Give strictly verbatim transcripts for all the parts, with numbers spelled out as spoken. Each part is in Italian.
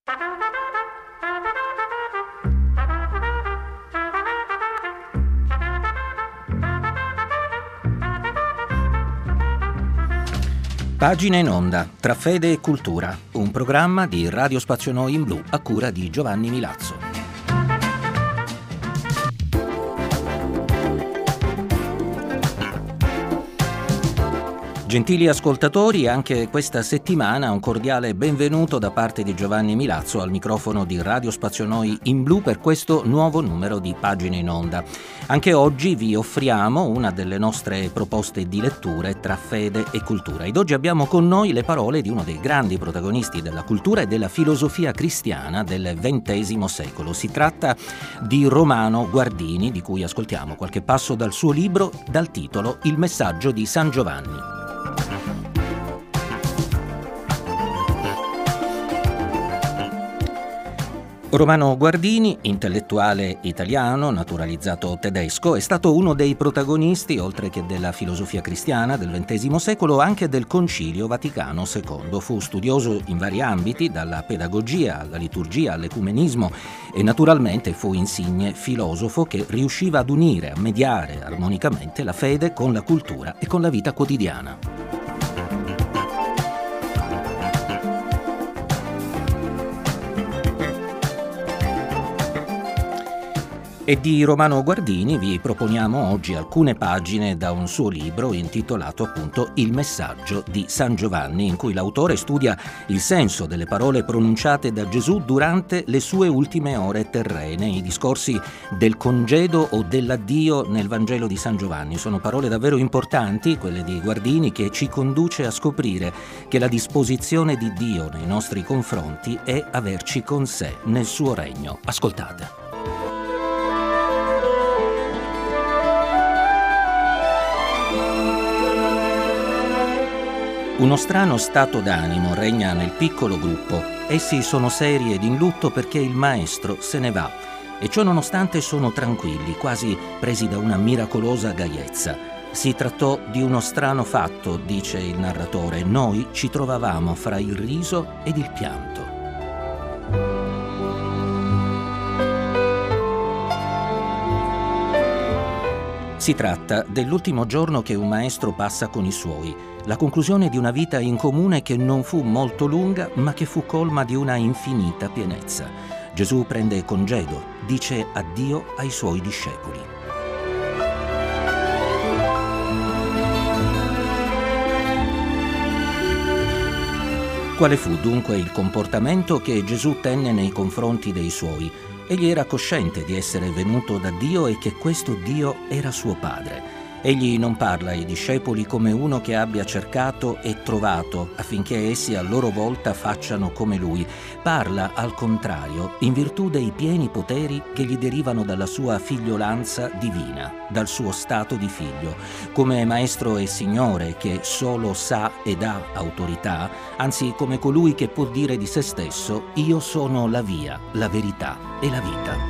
Pagine in onda, tra fede e cultura, un programma di Radio Spazio Noi in Blu a cura di Giovanni Milazzo. Gentili ascoltatori, anche questa settimana un cordiale benvenuto da parte di Giovanni Milazzo al microfono di Radio Spazio Noi in Blu per questo nuovo numero di Pagine in onda. Anche oggi vi offriamo una delle nostre proposte di letture tra fede e cultura. Ed oggi abbiamo con noi le parole di uno dei grandi protagonisti della cultura e della filosofia cristiana del ventesimo secolo. Si tratta di Romano Guardini, di cui ascoltiamo qualche passo dal suo libro dal titolo Il messaggio di San Giovanni. Romano Guardini, intellettuale italiano, naturalizzato tedesco, è stato uno dei protagonisti, oltre che della filosofia cristiana del ventesimo secolo, anche del Concilio Vaticano secondo. Fu studioso in vari ambiti, dalla pedagogia alla liturgia all'ecumenismo, e naturalmente fu insigne filosofo che riusciva ad unire, a mediare armonicamente la fede con la cultura e con la vita quotidiana. E di Romano Guardini vi proponiamo oggi alcune pagine da un suo libro intitolato appunto Il messaggio di San Giovanni, in cui l'autore studia il senso delle parole pronunciate da Gesù durante le sue ultime ore terrene, i discorsi del congedo o dell'addio nel Vangelo di San Giovanni. Sono parole davvero importanti, quelle di Guardini, che ci conduce a scoprire che la disposizione di Dio nei nostri confronti è averci con sé nel suo regno. Ascoltate. Uno strano stato d'animo regna nel piccolo gruppo. Essi sono seri ed in lutto perché il maestro se ne va, e ciò nonostante sono tranquilli, quasi presi da una miracolosa gaiezza. Si trattò di uno strano fatto, dice il narratore. Noi ci trovavamo fra il riso ed il pianto. Si tratta dell'ultimo giorno che un maestro passa con i suoi, la conclusione di una vita in comune che non fu molto lunga, ma che fu colma di una infinita pienezza. Gesù prende congedo, dice addio ai suoi discepoli. Quale fu dunque il comportamento che Gesù tenne nei confronti dei suoi? Egli era cosciente di essere venuto da Dio e che questo Dio era suo Padre. Egli non parla ai discepoli come uno che abbia cercato e trovato affinché essi a loro volta facciano come lui. Parla, al contrario, in virtù dei pieni poteri che gli derivano dalla sua figliolanza divina, dal suo stato di figlio, come maestro e signore che solo sa ed ha autorità, anzi come colui che può dire di se stesso: io sono la via, la verità e la vita.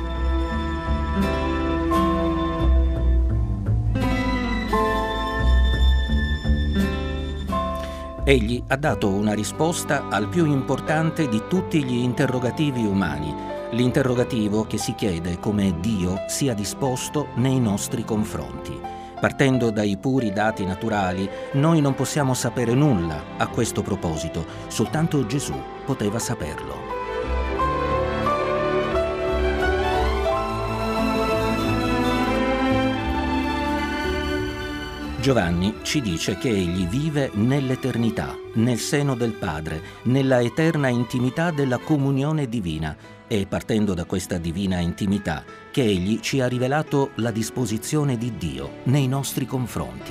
Egli ha dato una risposta al più importante di tutti gli interrogativi umani, l'interrogativo che si chiede come Dio sia disposto nei nostri confronti. Partendo dai puri dati naturali, noi non possiamo sapere nulla a questo proposito, soltanto Gesù poteva saperlo. Giovanni ci dice che egli vive nell'eternità, nel seno del Padre, nella eterna intimità della comunione divina. E partendo da questa divina intimità, che egli ci ha rivelato la disposizione di Dio nei nostri confronti.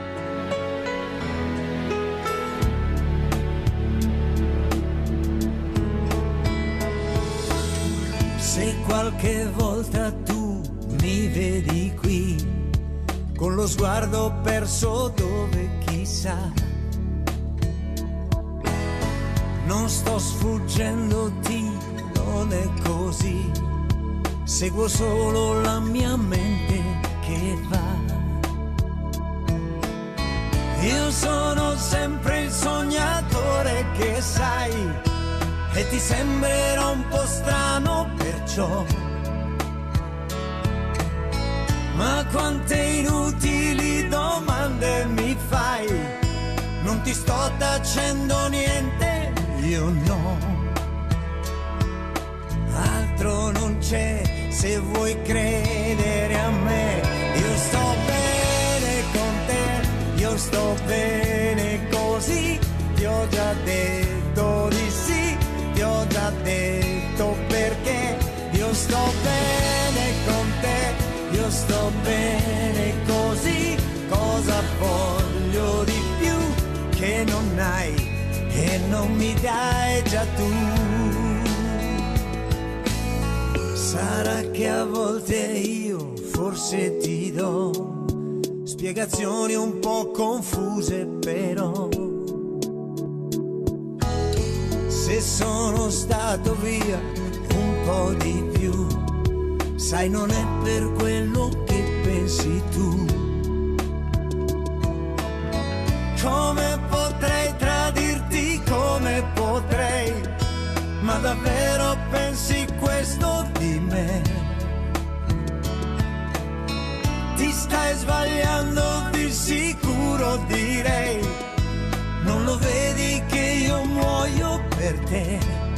Se qualche volta tu mi vedi qui, con lo sguardo perso dove chissà, non sto sfuggendoti, non è così, seguo solo la mia mente che va. Io sono sempre il sognatore che sai, e ti sembrerà un po' strano perciò. Ma quante inutili domande mi fai, non ti sto tacendo niente, io no. Altro non c'è se vuoi credere a me, io sto bene con te, io sto bene così, ti ho già detto di sì, ti ho già detto perché, io sto bene con te, io sto bene così, cosa voglio di più che non hai e non mi dai già tu. Sarà che a volte io forse ti do spiegazioni un po' confuse, però se sono stato via un po' di più, sai, non è per quello che pensi tu. Come potrei tradirti, come potrei, ma davvero pensi questo di me? Ti stai sbagliando di sicuro, direi, non lo vedi che io muoio per te?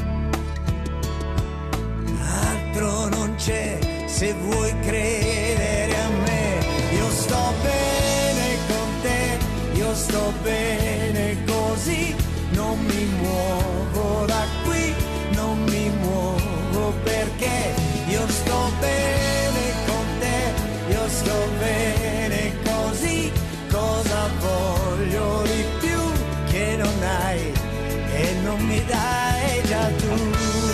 Altro non c'è se vuoi credere a me, io sto bene con te, io sto bene così, non mi muovo da qui, non mi muovo perché io sto bene con te, io sto bene così, cosa voglio di più che non hai e non mi dai già tu?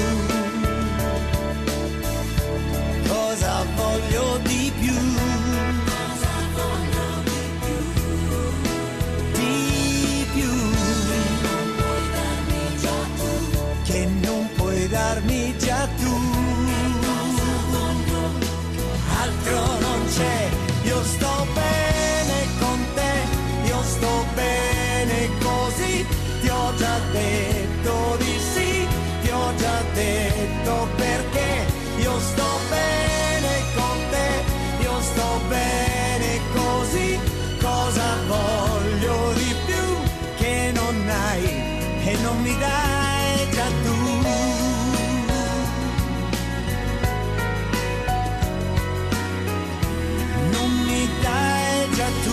Cosa voglio di più? Cosa voglio di più? Di più che non puoi darmi già tu. Altro non c'è, io sto bene con te, io sto bene così, ti ho già detto di sì, ti ho già detto perché, io sto bene con te, io sto bene così, cosa voglio di più che non hai e non mi dai già tu? Non mi dai già tu?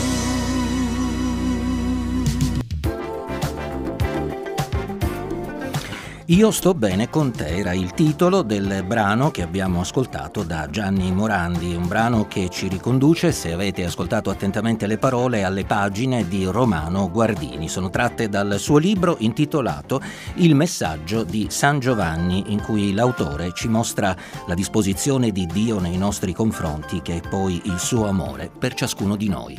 Io sto bene con te era il titolo del brano che abbiamo ascoltato da Gianni Morandi, un brano che ci riconduce, se avete ascoltato attentamente le parole, alle pagine di Romano Guardini. Sono tratte dal suo libro intitolato Il messaggio di San Giovanni, in cui l'autore ci mostra la disposizione di Dio nei nostri confronti, che è poi il suo amore per ciascuno di noi.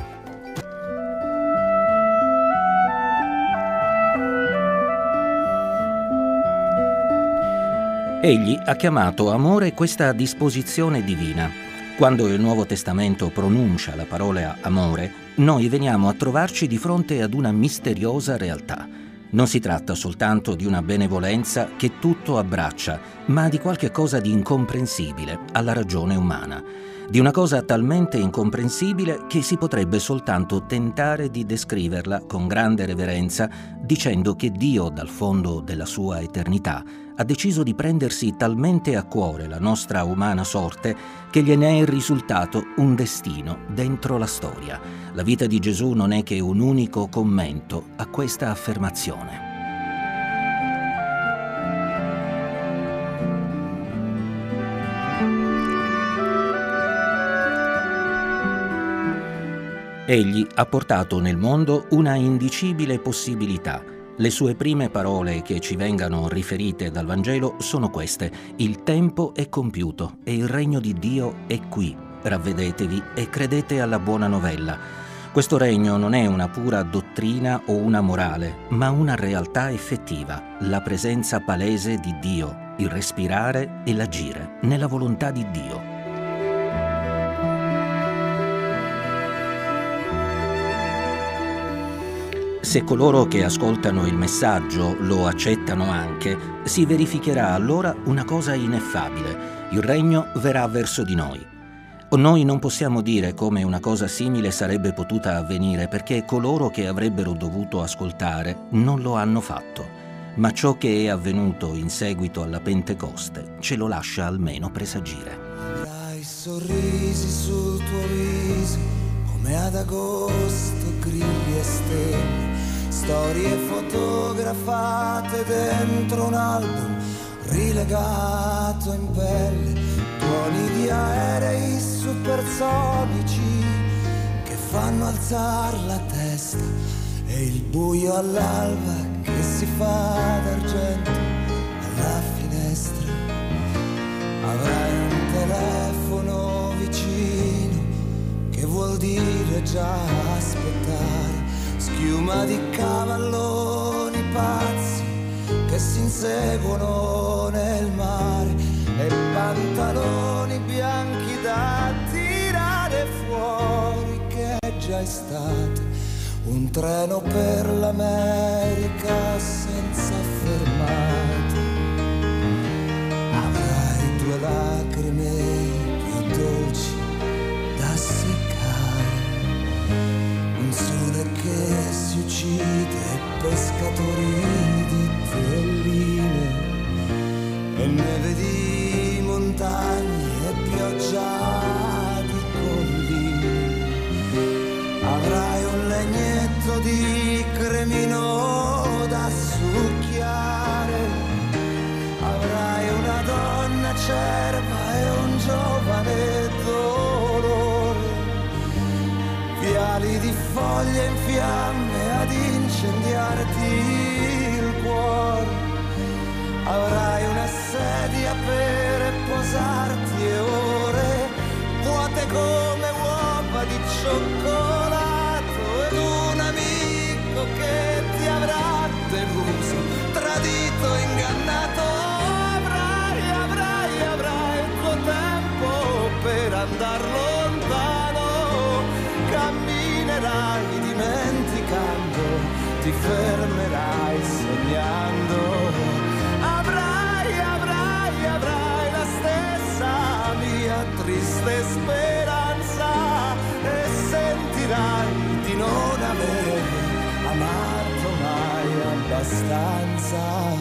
Egli ha chiamato amore questa disposizione divina. Quando il Nuovo Testamento pronuncia la parola amore, noi veniamo a trovarci di fronte ad una misteriosa realtà. Non si tratta soltanto di una benevolenza che tutto abbraccia, ma di qualche cosa di incomprensibile alla ragione umana. Di una cosa talmente incomprensibile che si potrebbe soltanto tentare di descriverla con grande reverenza, dicendo che Dio, dal fondo della sua eternità, ha deciso di prendersi talmente a cuore la nostra umana sorte che gliene è risultato un destino dentro la storia. La vita di Gesù non è che un unico commento a questa affermazione. Egli ha portato nel mondo una indicibile possibilità. Le sue prime parole che ci vengano riferite dal Vangelo sono queste: il tempo è compiuto e il regno di Dio è qui. Ravvedetevi e credete alla buona novella. Questo regno non è una pura dottrina o una morale, ma una realtà effettiva, la presenza palese di Dio, il respirare e l'agire nella volontà di Dio. Se coloro che ascoltano il messaggio lo accettano anche, si verificherà allora una cosa ineffabile: il regno verrà verso di noi. Noi non possiamo dire come una cosa simile sarebbe potuta avvenire, perché coloro che avrebbero dovuto ascoltare non lo hanno fatto. Ma ciò che è avvenuto in seguito alla Pentecoste ce lo lascia almeno presagire. Avrai sorrisi sul tuo viso, come ad agosto, grilli e stelle, storie fotografate dentro un album rilegato in pelle, tuoni di aerei supersonici che fanno alzare la testa, e il buio all'alba che si fa d'argento alla finestra. Avrai un telefono vicino, che vuol dire già aspettare, schiuma di cavalloni pazzi che si inseguono nel mare, e pantaloni bianchi da tirare fuori, che è già estate, un treno per l'America senza fermate. Avrai due lacrime più dolci da seccare, un sole che si uccide, pescatori di telline, e neve di montagne e pioggia di colline. Avrai un legnetto di cremino da succhiare, avrai una donna cerva e un giovane dolore, viali di foglie in fiamme ad incendiarti il cuore. Avrai una sedia per posarti e ore vuote come uova di cioccolato, ed un amico che ti avrà deluso, tradito, ingannato. Avrai, avrai, avrai il tuo tempo per andar lontano, camminerai dimenticando, ti fermerai sognando. Triste speranza, e sentirai di non avere amato mai abbastanza.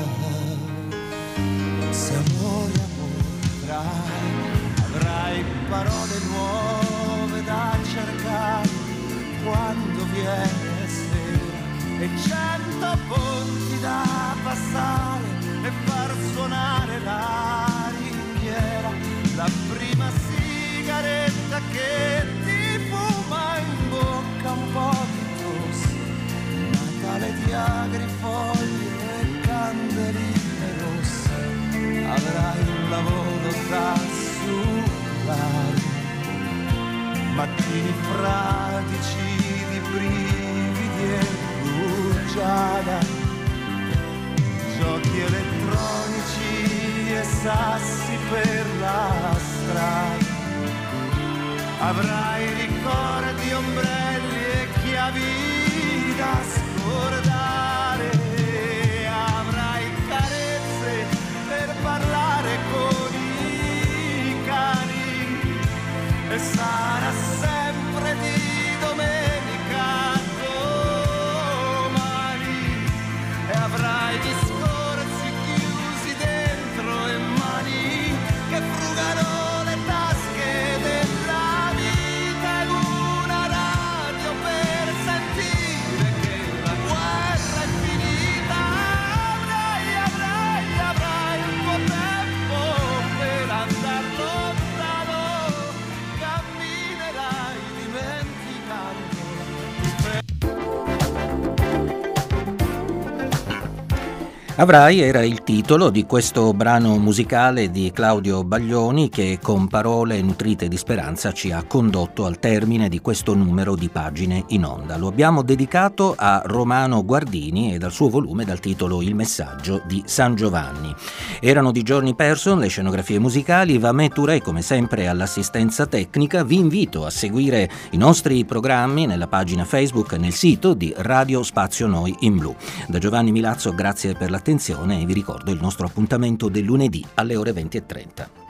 Se amore, amore avrai, avrai parole nuove da cercare quando viene sera, e cento ponti da passare e far suonare la ringhiera, la prima sigaretta che ti fuma in bocca un po' di tosse, Natale di agrifoglie e candeline rosse. Avrai un lavoro da sull'aria, mattini fradici di brividi e rugiada, giochi elettronici e sassi per la strada. Avrai ricordi, ombrelli e chiavi da scordare, avrai carezze per parlare con i cani, e sarà sempre di domenica domani, e avrai discorsi chiusi dentro e mani che frugano le tasche della vita, in una radio per sentire che la guerra è finita. Avrai, avrai, avrai il tuo tempo per andar lontano, camminare. Avrai era il titolo di questo brano musicale di Claudio Baglioni che con parole nutrite di speranza ci ha condotto al termine di questo numero di Pagine in Onda. Lo abbiamo dedicato a Romano Guardini e dal suo volume dal titolo Il messaggio di San Giovanni. Erano di Johnny Person le scenografie musicali, Vamè Touré come sempre all'assistenza tecnica. Vi invito a seguire i nostri programmi nella pagina Facebook e nel sito di Radio Spazio Noi in Blu. Da Giovanni Milazzo grazie per l'attenzione e vi ricordo il nostro appuntamento del lunedì alle ore venti e trenta.